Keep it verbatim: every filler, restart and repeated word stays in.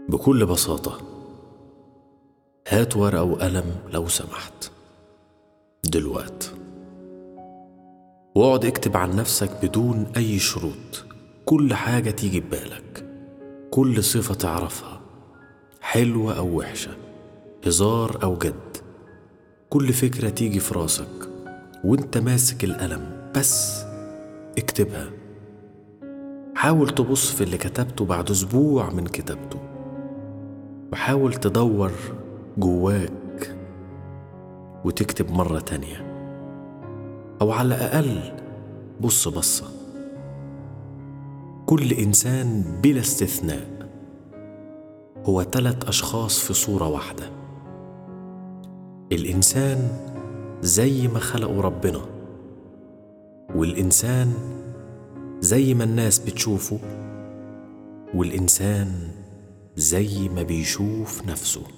بكل بساطة، هات ورقة وقلم لو سمحت دلوقت، واقعد اكتب عن نفسك بدون أي شروط كل حاجة تيجي ببالك، كل صفة تعرفها حلوة أو وحشة، هزار أو جد، كل فكرة تيجي في راسك وانت ماسك القلم بس اكتبها. حاول تبص في اللي كتبته بعد أسبوع من كتابته، وحاول تدور جواك وتكتب مرة تانية، أو على الأقل بص بصة. كل إنسان بلا استثناء هو ثلاث أشخاص في صورة واحدة. الإنسان زي ما خلقه ربنا، والإنسان زي ما الناس بتشوفه، والإنسان زي ما بيشوف نفسه.